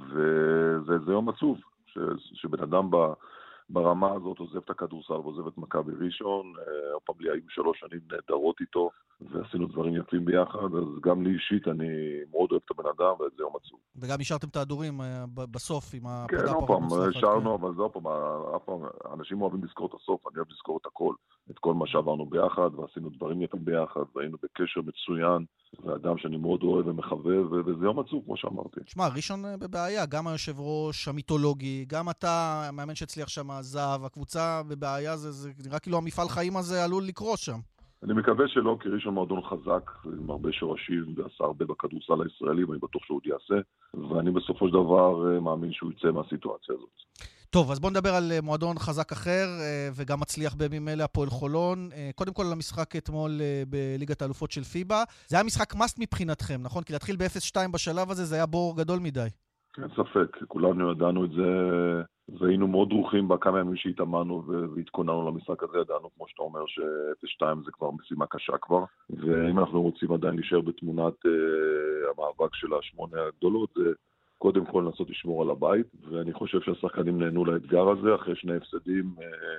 וזה יום עצוב, שבן אדם ברמה הזאת עוזב את הכדורסל ועוזב את מכבי ראשון. הפעם לי היו 3 שנים נהדרות איתו, ועשינו דברים יפים ביחד, אז גם לי אישית אני מאוד אוהב את הבן אדם, וזה יום עצוב. וגם השארתם את ההדורים בסוף עם הפרידה. כן, עוד פעם, השארנו, אבל זה עוד פעם, אנשים אוהבים לזכור את הסוף, אני אוהב לזכור את הכל, את כל מה שעברנו ביחד, ועשינו דברים יפים ביחד, והיינו בקשר מצוין, ואדם שאני מאוד אוהב ומחבב, וזה יום עצוב, כמו שאמרתי. תשמע, ראשון בבעיה, גם היושב ראש המיתולוגי, גם אתה, המאמן שהצליח שם עזב, הקבוצה בבעיה, זה נראה כאילו המפעל חיים הזה עלול לקרוס שם. אני מקווה שלא, כי ראשון מועדון חזק, עם הרבה שורשים, ועשה הרבה בכדורסל הישראלי, ואני בטוח שהוא יעשה, ואני בסופו של דבר מאמין שהוא יצא מהסיטואציה הזאת. טוב, אז בואו נדבר על מועדון חזק אחר, וגם מצליח בימים אלה, הפועל חולון. קודם כל על המשחק אתמול בליגת האלופות של פיבה. זה היה משחק מאסט מבחינתכם, נכון? כי להתחיל ב-0-2 בשלב הזה, זה היה בור גדול מדי. אין ספק, כולנו ידענו את זה, והיינו מאוד דרוכים בכמה ימים שהתאמנו והתכוננו למשחק הזה, ידענו, כמו שאתה אומר, ש-0-2 זה כבר משימה קשה כבר, ואם אנחנו רוצים עדיין להישאר בתמונת המאבק של 8 הגדולות, זה קודם כל לנסות לשמור על הבית, ואני חושב שהשחקנים נהנו לאתגר הזה, אחרי 2 הפסדים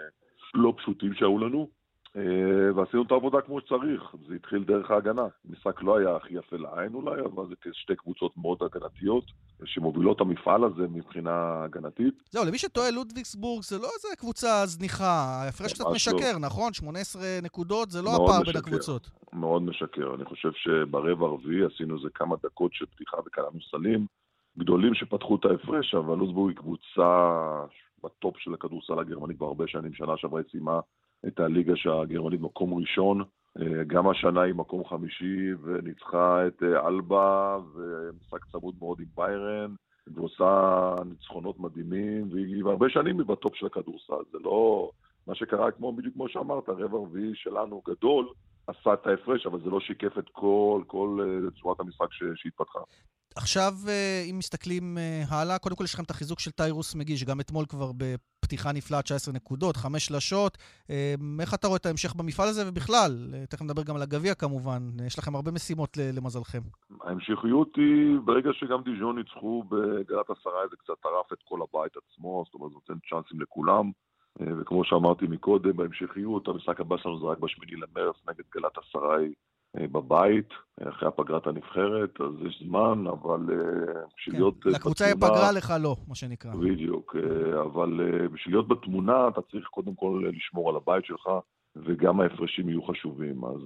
לא פשוטים שהיו לנו, ועשינו את העבודה כמו שצריך. זה התחיל דרך ההגנה. המשחק לא היה הכי יפה לעין אולי, אבל זה 2 קבוצות מאוד הגנתיות, שמובילות המפעל הזה מבחינה הגנתית. זהו, למי שטועה, לודוויגסבורג זה לא איזה קבוצה זניחה, ההפרש קצת משקר, נכון? 18 נקודות, זה לא הפער בין הקבוצות. מאוד משקר. אני חושב שברבע הרביעי עשינו איזה כמה דקות של פתיחה וקלענו סלים גדולים שפתחו את ההפרש, אבל לודוויגסבורג היא קבוצה בטופ של הכדורסל הגרמני כבר הרבה שנים, שנה שעברה סיימה את הליגה הגרמנית מקום ראשון, גם השנה היא מקום 5, וניצחה את אלבה, ומשחק צמוד מאוד עם ביירן, ועושה ניצחונות מדהימים, והיא הרבה שנים היא בטופ של הכדורסל. זה לא מה שקרה בדיוק כמו שאמרת, הרבע הרביעי שלנו גדול, עשה את ההפרש, אבל זה לא שיקף את כל צורת המשחק שהתפתחה. עכשיו, אם מסתכלים הלאה, קודם כל יש לכם את החיזוק של טיירוס מגי, שגם אתמול כבר בפתיחה נפלאה 19 נקודות, 5 שלשות. איך אתה רואה את ההמשך במפעל הזה? ובכלל, תכף נדבר גם על הגביע כמובן, יש לכם הרבה משימות למזלכם. ההמשכיות היא, ברגע שגם דיז'ון ניצחו בגלת הסראי, זה קצת טרף את כל הבית עצמו, זאת אומרת, נותן צ'אנסים לכולם. וכמו שאמרתי מקודם, בהמשכיות, המשחק הבא שלנו זה רק ב8 למרץ נגד גלת הסראי בבית, אחרי הפגרת הנבחרת, אז יש זמן, אבל בשביל להיות בתמונה... לקבוצה היא פגרה לך לא, מה שנקרא. בדיוק, אבל בשביל להיות בתמונה, אתה צריך קודם כל לשמור על הבית שלך, וגם ההפרשים יהיו חשובים, אז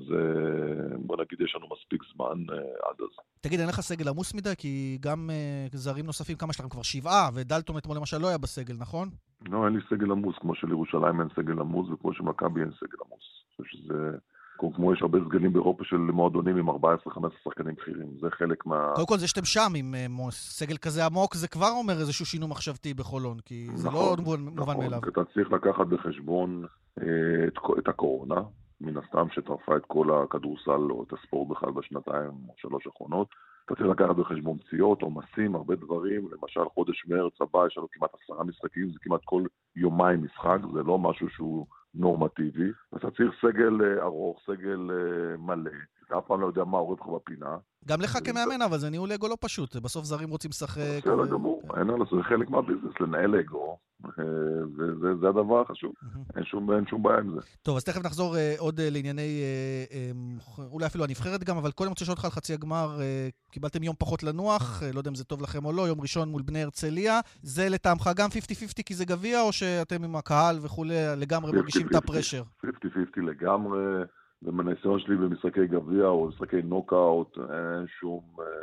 בוא נגיד, יש לנו מספיק זמן עד אז. תגיד, אין לך סגל עמוס מדי? כי גם זרים נוספים, כמה שלכם כבר 7, ודלטון אתמול למשל לא היה בסגל, נכון? לא, אין לי סגל עמוס, כמו שלירושלים אין סגל עמוס, וכמו שמכבי אין סגל עמוס. אני חושב שזה... כמו יש הרבה סגלים באירופה של מועדונים עם 14-15 שחקנים בכירים. זה חלק מה... קודם כל זה שאתם שם עם סגל כזה עמוק, זה כבר אומר איזשהו שינוי מחשבתי בחולון, כי זה לא מובן מאליו. אתה צריך לקחת בחשבון את הקורונה, מן הסתם שטרפה את כל הכדורסל או את הספורט בכלל בשנתיים או 3 האחרונות. אתה צריך לקחת בחשבון פציעות, עומסים, הרבה דברים. למשל, חודש מרץ הבא יש לנו כמעט 10 משחקים, זה כמעט כל יומיים משחק, זה לא משהו שהוא נורמטיבי. אתה צריך סגל ארוך, סגל מלא. אתה אף פעם לא יודע מה עורב לך בפינה. גם לך כמאמן, אבל זה ניהול אגו לא פשוט. בסוף זרים רוצים לשחק. בסדר גמור, זה חלק מהביזנס, לנהל אגו, וזה הדבר החשוב. אין שום בעיה עם זה. טוב, אז תכף נחזור עוד לענייני, אולי אפילו הנבחרת גם, אבל קודם רוצה לשאול אותך על חצי הגמר, קיבלתם יום פחות לנוח, לא יודע אם זה טוב לכם או לא, יום ראשון מול בני הרצליה. זה לטעמך גם 50-50 כי זה גביע, או שאתם עם הקהל וכולי לגמרי מרגישים את הפרשר? 50-50 לגמרי. ומניסיון שלי במשחקי גביע או משחקי נוקאוט, אין שום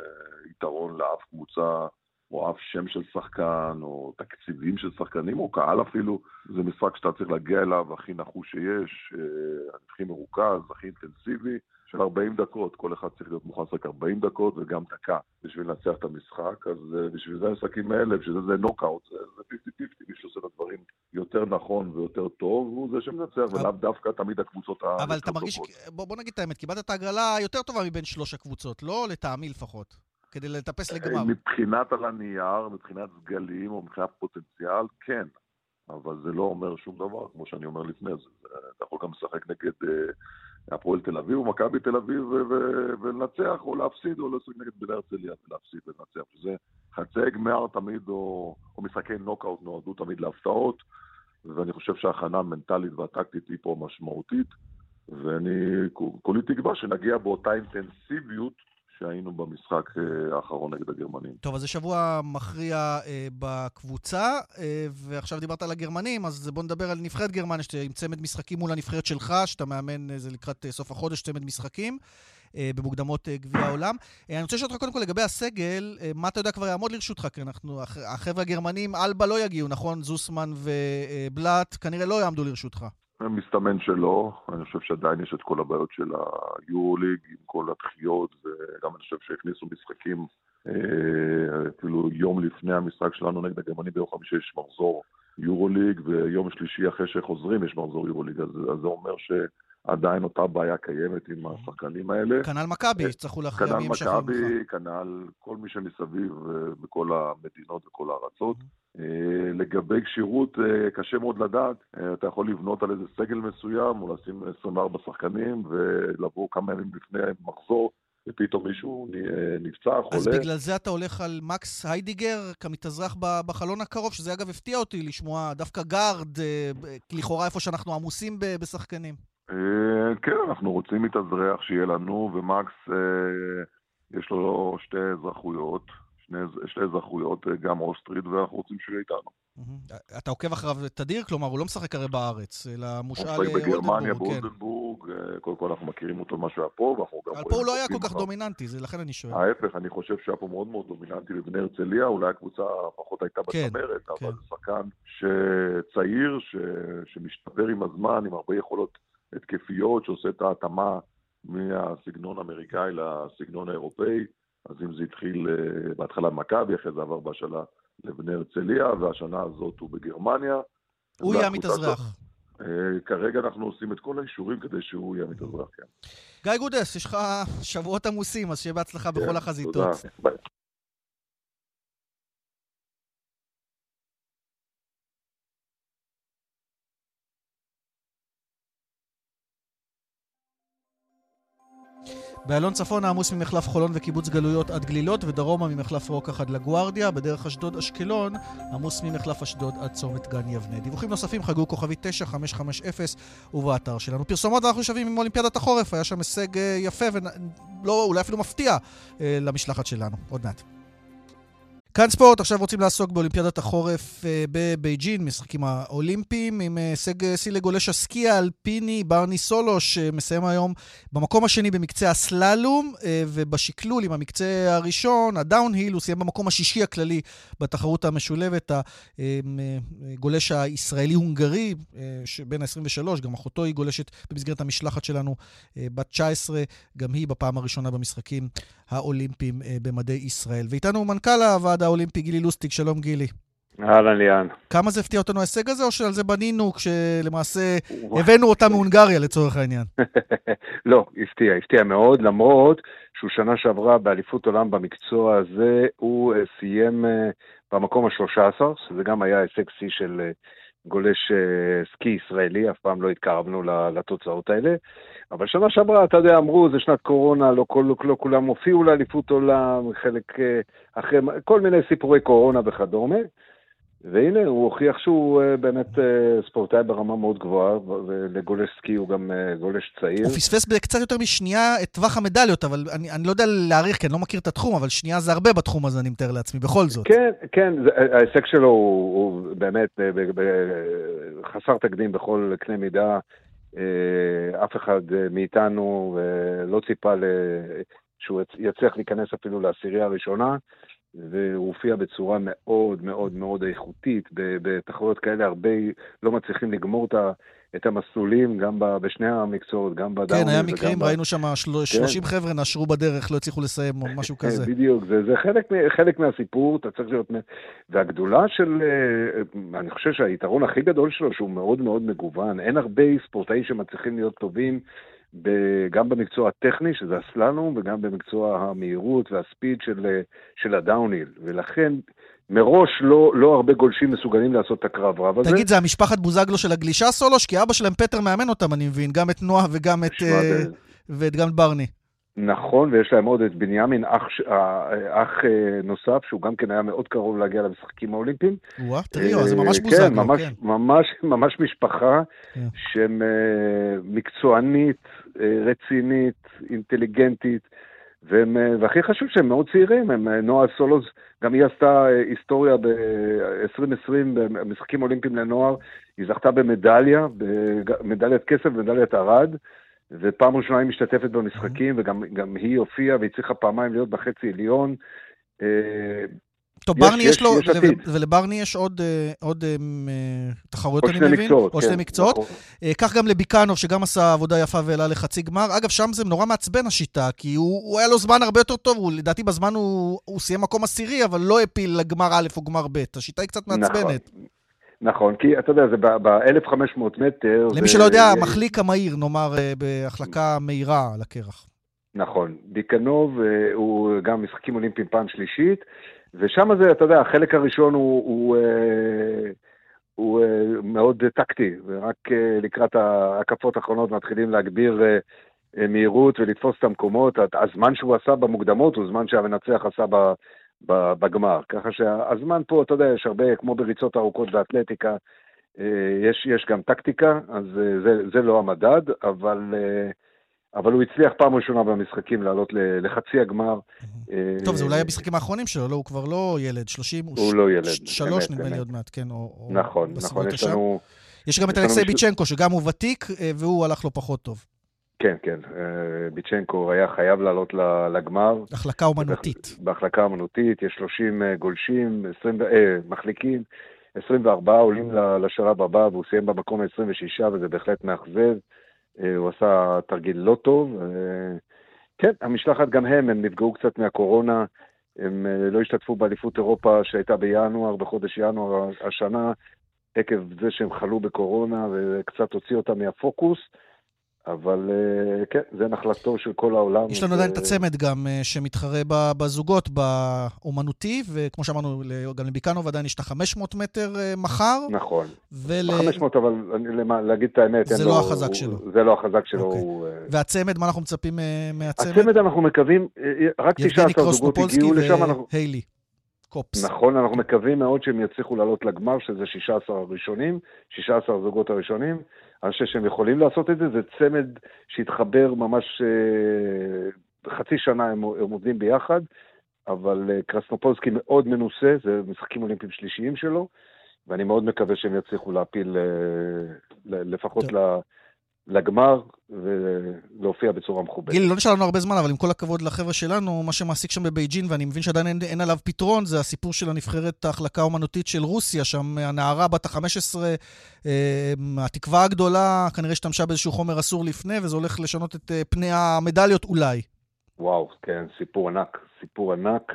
יתרון לאף קבוצה או אף שם של שחקן או תקציבים של שחקנים או קהל אפילו. זה משחק שאתה צריך להגיע אליו הכי נחוש שיש, הכי מרוכז, הכי אינטנסיבי, של 40 דקות. כל אחד צריך להיות מוכן לשחק 40 דקות וגם דקה בשביל לנצח את המשחק. אז בשביל זה המשחקים האלה, בשביל זה נוקאוט, זה 50-50, מי שעושה את הדברים יותר נכון ויותר טוב, הוא זה שמנצח, ולאו דווקא תמיד הקבוצות היותר טובות. אבל אתה מרגיש, בוא נגיד את האמת, קיבלת את ההגרלה יותר טובה מבין 3 הקבוצות, לא לטעמי לפחות, כדי לטפס לגמר. מבחינת על הנייר, מבחינת סגלים או מבחינת פוטנציאל, כן. אבל זה לא אומר שום דבר, כמו שאני אומר לפני זה. אתה יכול גם לשחק נגד הפועל תל אביב או מכבי תל אביב ולנצח או להפסיד, או לשחק נגד בני הרצליה ולהפסיד ולנצח. שזה חצי גמר תמיד, או משחקי נוקאוט נועדו תמיד להפתעות, ואני חושב שההכנה המנטלית והטקטית היא פה משמעותית, ואני כולי תקווה שנגיע באותה אינטנסיביות שהיינו במשחק האחרון נגד הגרמנים. טוב, אז זה שבוע מכריע בקבוצה, ועכשיו דיברת על הגרמנים, אז בוא נדבר על נבחרת גרמניה, עם צמד משחקים מול הנבחרת שלך, שאתה מאמן, זה לקראת סוף החודש, צמד משחקים, במוקדמות גביע העולם. אני רוצה לשאול אותך קודם כל לגבי הסגל, מה אתה יודע כבר יעמוד לרשותך? כי החבר'ה הגרמנים, אלבה לא יגיעו, נכון? זוסמן ובלט, כנראה לא יעמדו לרשותך. מסתמן שלא, אני חושב שעדיין יש את כל הבעיות של היורוליג עם כל הדחיות, וגם אני חושב שהכניסו משחקים אפילו יום לפני המשחק שלנו נגד הגרמנים, ביום חמישי יש מחזור יורוליג, ויום שלישי אחרי שחוזרים יש מחזור יורוליג, אז זה אומר שעדיין אותה בעיה קיימת עם השחקנים האלה. כנ"ל מכבי, צריכו להכריע מי משחקים כנ"ל מכבי, כנ"ל כל מי שמסביב בכל המדינות וכל הארצות. לגבי קשירות, קשה מאוד לדעת, אתה יכול לבנות על איזה סגל מסוים, או לשים 24 שחקנים, ולבוא כמה ימים לפני מחזור, ופתאום מישהו נפצע, חולה. אז בגלל זה אתה הולך על מקס היידיגר, כמתאזרח בחלון הקרוב, שזה אגב הפתיע אותי לשמוע דווקא גארד, לכאורה איפה שאנחנו עמוסים בשחקנים. כן, אנחנו רוצים מתאזרח שיהיה לנו, ומקס יש לו 2 אזרחויות, שתי אזרחויות, גם אוסטרית, ואנחנו רוצים שהוא יהיה איתנו. אתה עוקב אחריו תדיר? כלומר, הוא לא משחק הרי בארץ, אלא מושאל אולדנבורג. הוא משחק בגרמניה, באולדנבורג, קודם כל אנחנו מכירים אותו מה שהיה פה, אבל פה הוא לא היה כל כך דומיננטי, זה לכן אני שואל. ההפך, אני חושב שהיה פה מאוד מאוד דומיננטי בבני הרצליה, אולי הקבוצה פחות הייתה בצמרת, אבל שחקן שצעיר, שמשתפר עם הזמן, עם הרבה יכולות התקפיות, שעושה את ההתאמה מהסגנון האמריקאי לסגנון האירופאי. אז אם זה התחיל בהתחלה במכבי, אחרי זה עבר בהשאלה לבני הרצליה, והשנה הזאת הוא בגרמניה. הוא יהיה מתאזרח. כרגע אנחנו עושים את כל האישורים כדי שהוא יהיה מתאזרח, כן. גיא גודס, יש לך שבועות עמוסים, אז שיהיה בהצלחה בכל החזיתות. תודה, ביי. באלון צפון העמוס ממחלף חולון וקיבוץ גלויות עד גלילות, ודרומה ממחלף רוקח עד לגוארדיה. בדרך אשדוד אשקלון עמוס ממחלף אשדוד עד צומת גן יבנה. דיווחים נוספים חגגו כוכבי 9550 ובאתר שלנו. פרסומות ואנחנו שווים עם אולימפיאדת החורף. היה שם הישג יפה ולא, אולי אפילו מפתיע למשלחת שלנו. עוד מעט. כאן ספורט, עכשיו רוצים לעסוק באולימפיאדת החורף בבייג'ין, משחקים האולימפיים, עם הישג שיא לגולש הסקי האלפיני ברני סולוש, שמסיים היום במקום השני במקצה הסללום, ובשקלול עם המקצה הראשון, הדאונהיל, הוא סיים במקום השישי הכללי בתחרות המשולבת, הגולש הישראלי-הונגרי, שבין ה-23, גם אחותו היא גולשת במסגרת המשלחת שלנו, בת 19, גם היא בפעם הראשונה במשחקים האולימפיים במדי ישראל. ואיתנו מנכ"ל הוועד האולימפי גילי לוסטיג, שלום גילי. אהלן ליאן. כמה זה הפתיע אותנו ההישג הזה, או שעל זה בנינו כשלמעשה הבאנו אותה מהונגריה לצורך העניין? לא, הפתיע מאוד, למרות שהוא שנה שעברה באליפות עולם במקצוע הזה, הוא סיים במקום ה-13, שזה גם היה הישג שיא של גולש סקי ישראלי, אף פעם לא התקרבנו לתוצאות האלה. אבל שנה שעברה, אתה יודע, אמרו, זה שנת קורונה, לא כולם הופיעו לאליפות עולם, חלק אחרי, כל מיני סיפורי קורונה וכדומה. והנה, הוא הוכיח שהוא באמת ספורטאי ברמה מאוד גבוהה, ולגולש סקי הוא גם גולש צעיר. הוא פספס בקצת יותר משנייה את טווח המדליות, אבל אני לא יודע להעריך, כי אני לא מכיר את התחום, אבל שנייה זה הרבה בתחום הזה, אני מתאר לעצמי, בכל זאת. כן, כן, ההישג שלו הוא באמת חסר תקדים בכל קנה מידה. אף אחד מאיתנו לא ציפה שהוא יצליח להיכנס אפילו לעשירייה הראשונה, והוא הופיע בצורה מאוד מאוד מאוד איכותית, בתחרויות כאלה הרבה לא מצליחים לגמור את המסלולים, גם בשני המקצועות, גם בדאונר. כן, היה מקרים, ראינו שם 30 חבר'ה נשרו בדרך, לא הצליחו לסיים או משהו כזה. בדיוק, זה חלק מהסיפור, אתה צריך להיות, והגדולה של, אני חושב שהיתרון הכי גדול שלו, שהוא מאוד מאוד מגוון, אין הרבה ספורטאים שמצליחים להיות טובים, גם במקצוע הטכני, שזה הסללום, וגם במקצוע המהירות והספיד של הדאוניל. ולכן, מראש לא הרבה גולשים מסוגלים לעשות את הקרב רב הזה. תגיד, זה המשפחת בוזגלו של הגלישה סולוש? כי אבא שלהם פטר מאמן אותם, אני מבין. גם את נועה וגם את ברני. נכון, ויש להם עוד את בנימין, אח נוסף, שהוא גם כן היה מאוד קרוב להגיע למשחקים האולימפיים. וואה, טריו, זה ממש בוזגלו. כן, ממש משפחה, שהם מקצוענית, רצינית, אינטליגנטית, והכי חשוב שהם מאוד צעירים, נועה סולוז, גם היא עשתה היסטוריה ב-2020 במשחקים אולימפיים לנוער, היא זכתה במדליה, מדליית כסף ומדליית ערד, ופעם ראשונה היא משתתפת במשחקים, וגם היא הופיעה, והיא צריכה פעמיים להיות בחצי עליון. טוב, ברני יש לו, ולברני יש עוד תחרויות, אני מבין, או שתי מקצועות. כך גם לביקנוב, שגם עשה עבודה יפה ועלה לחצי גמר. אגב, שם זה נורא מעצבן השיטה, כי הוא היה לו זמן הרבה יותר טוב, לדעתי בזמן הוא סיים מקום עשירי, אבל לא הפיל לגמר א' או גמר ב'. השיטה היא קצת מעצבנת. נכון, כי אתה יודע, זה ב-1500 מטר. למי שלא יודע, המחליק המהיר, נאמר, בהחלקה מהירה על הקרח. נכון, ביקנוב הוא גם משחקים אולימפיים פעם שלישית, ושם זה, אתה יודע, החלק הראשון הוא מאוד טקטי, ורק לקראת ההקפות האחרונות מתחילים להגביר מהירות ולתפוס את המקומות. הזמן שהוא עשה במוקדמות הוא זמן שהמנצח עשה בגמר, ככה שהזמן פה, אתה יודע, יש הרבה, כמו בריצות ארוכות באתלטיקה, יש גם טקטיקה, אז זה לא המדד, אבל הוא הצליח פעם ראשונה במשחקים לעלות לחצי הגמר. טוב, זה אולי המשחקים האחרונים שלו, לא, הוא כבר לא ילד, 30, הוא לא ילד. 3 נדמה לי עוד מעט, כן, נכון, יש גם את אלכסיי ביצ'נקו, שגם הוא ותיק, והוא הלך לו פחות טוב. כן, כן, ביצ'נקו היה חייב לעלות לגמר. החלקה אומנותית. בהחלקה אומנותית, יש 30 גולשים, מחליקים, 24 עולים לשלב הבא, והוא סיים במקום ה-26, וזה בהחלט מאכזב. הוא עשה תרגיל לא טוב. כן, המשלחת גם הם נפגעו קצת מהקורונה, הם לא השתתפו באליפות אירופה שהייתה בינואר, בחודש ינואר השנה, עקב זה שהם חלו בקורונה, וקצת הוציא אותם מהפוקוס. אבל כן, זה נחלתו של כל העולם. יש לנו עדיין את הצמד גם שמתחרה בזוגות, באומנותי, וכמו שאמרנו, גם לביקנוב עדיין יש את 500 מטר מחר. נכון. 500, אבל להגיד את האמת, זה לא החזק שלו. זה לא החזק שלו. והצמד, מה אנחנו מצפים מהצמד? הצמד אנחנו מקווים, רק 19 זוגות הגיעו לשם. והיילי קופס. נכון, אנחנו מקווים מאוד שהם יצליחו לעלות לגמר, שזה 16 הראשונים, 16 זוגות הראשונים. אני חושב שהם יכולים לעשות את זה, זה צמד שהתחבר ממש חצי שנה, הם עובדים ביחד, אבל קרסנופולסקי מאוד מנוסה, זה משחקים אולימפיים שלישיים שלו, ואני מאוד מקווה שהם יצליחו להפיל לפחות לגמר, ולהופיע בצורה מכובדת. גיל, לא נשאר לנו הרבה זמן, אבל עם כל הכבוד לחבר'ה שלנו, מה שמעסיק שם בבייג'ין, ואני מבין שעדיין אין עליו פתרון, זה הסיפור של הנבחרת ההחלקה האומנותית של רוסיה, שם הנערה בת ה-15, התקווה הגדולה, כנראה השתמשה באיזשהו חומר אסור לפני, וזה הולך לשנות את פני המדליות אולי. וואו, כן, סיפור ענק.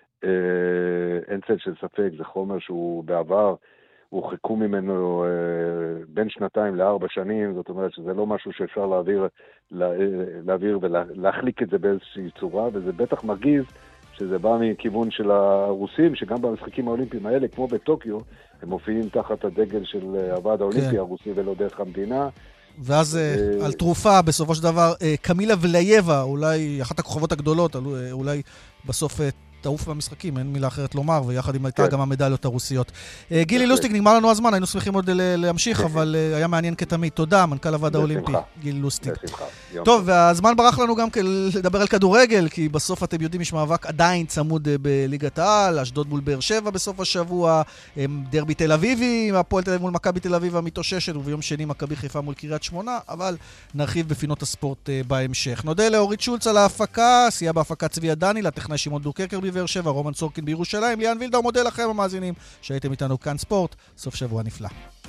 אין צל של ספק, זה חומר שהוא בעבר, הוא חיכו ממנו בין 2 ל4 שנים, זאת אומרת שזה לא משהו שאפשר להעביר ולהחליק את זה באיזושהי צורה, וזה בטח מרגיז שזה בא מכיוון של הרוסים, שגם במשחקים האולימפיים האלה, כמו בטוקיו, הם מופיעים תחת הדגל של הוועד האולימפי הרוסי ולא דרך המדינה. ואז על תרופה, בסופו של דבר, קמילה ולייבה, אולי אחת הכוכבות הגדולות, אולי בסוף תעוף במשחקים, אין מילה אחרת לומר, ויחד עם הייתה גם המדליות הרוסיות. גילי לוסטיג, נגמר לנו הזמן, היינו שמחים עוד להמשיך, אבל היה מעניין כתמיד. תודה, מנכ"ל הוועד האולימפי, גילי לוסטיג. טוב, והזמן ברח לנו גם לדבר על כדורגל, כי בסוף אתם יודעים, יש מאבק עדיין צמוד בליגת העל, אשדוד מול באר שבע בסוף השבוע, דרבי תל אביבי, הפועל תל אביב מול מכבי תל אביב המתאוששת, וביום שני מכבי חיפה מול קריית שמונה, אבל נרחיב בפינות הספורט בהמשך. נודה לאורית שולץ על ההפקה, סייע בהפקה צבי עדני, לטכנאי שמעון דוקרקר בבאר שבע, רומן סורקין בירושלים, ליאן וילדאו, מודה לכם המאזינים שהייתם איתנו כאן ספורט, סוף שבוע נפלא.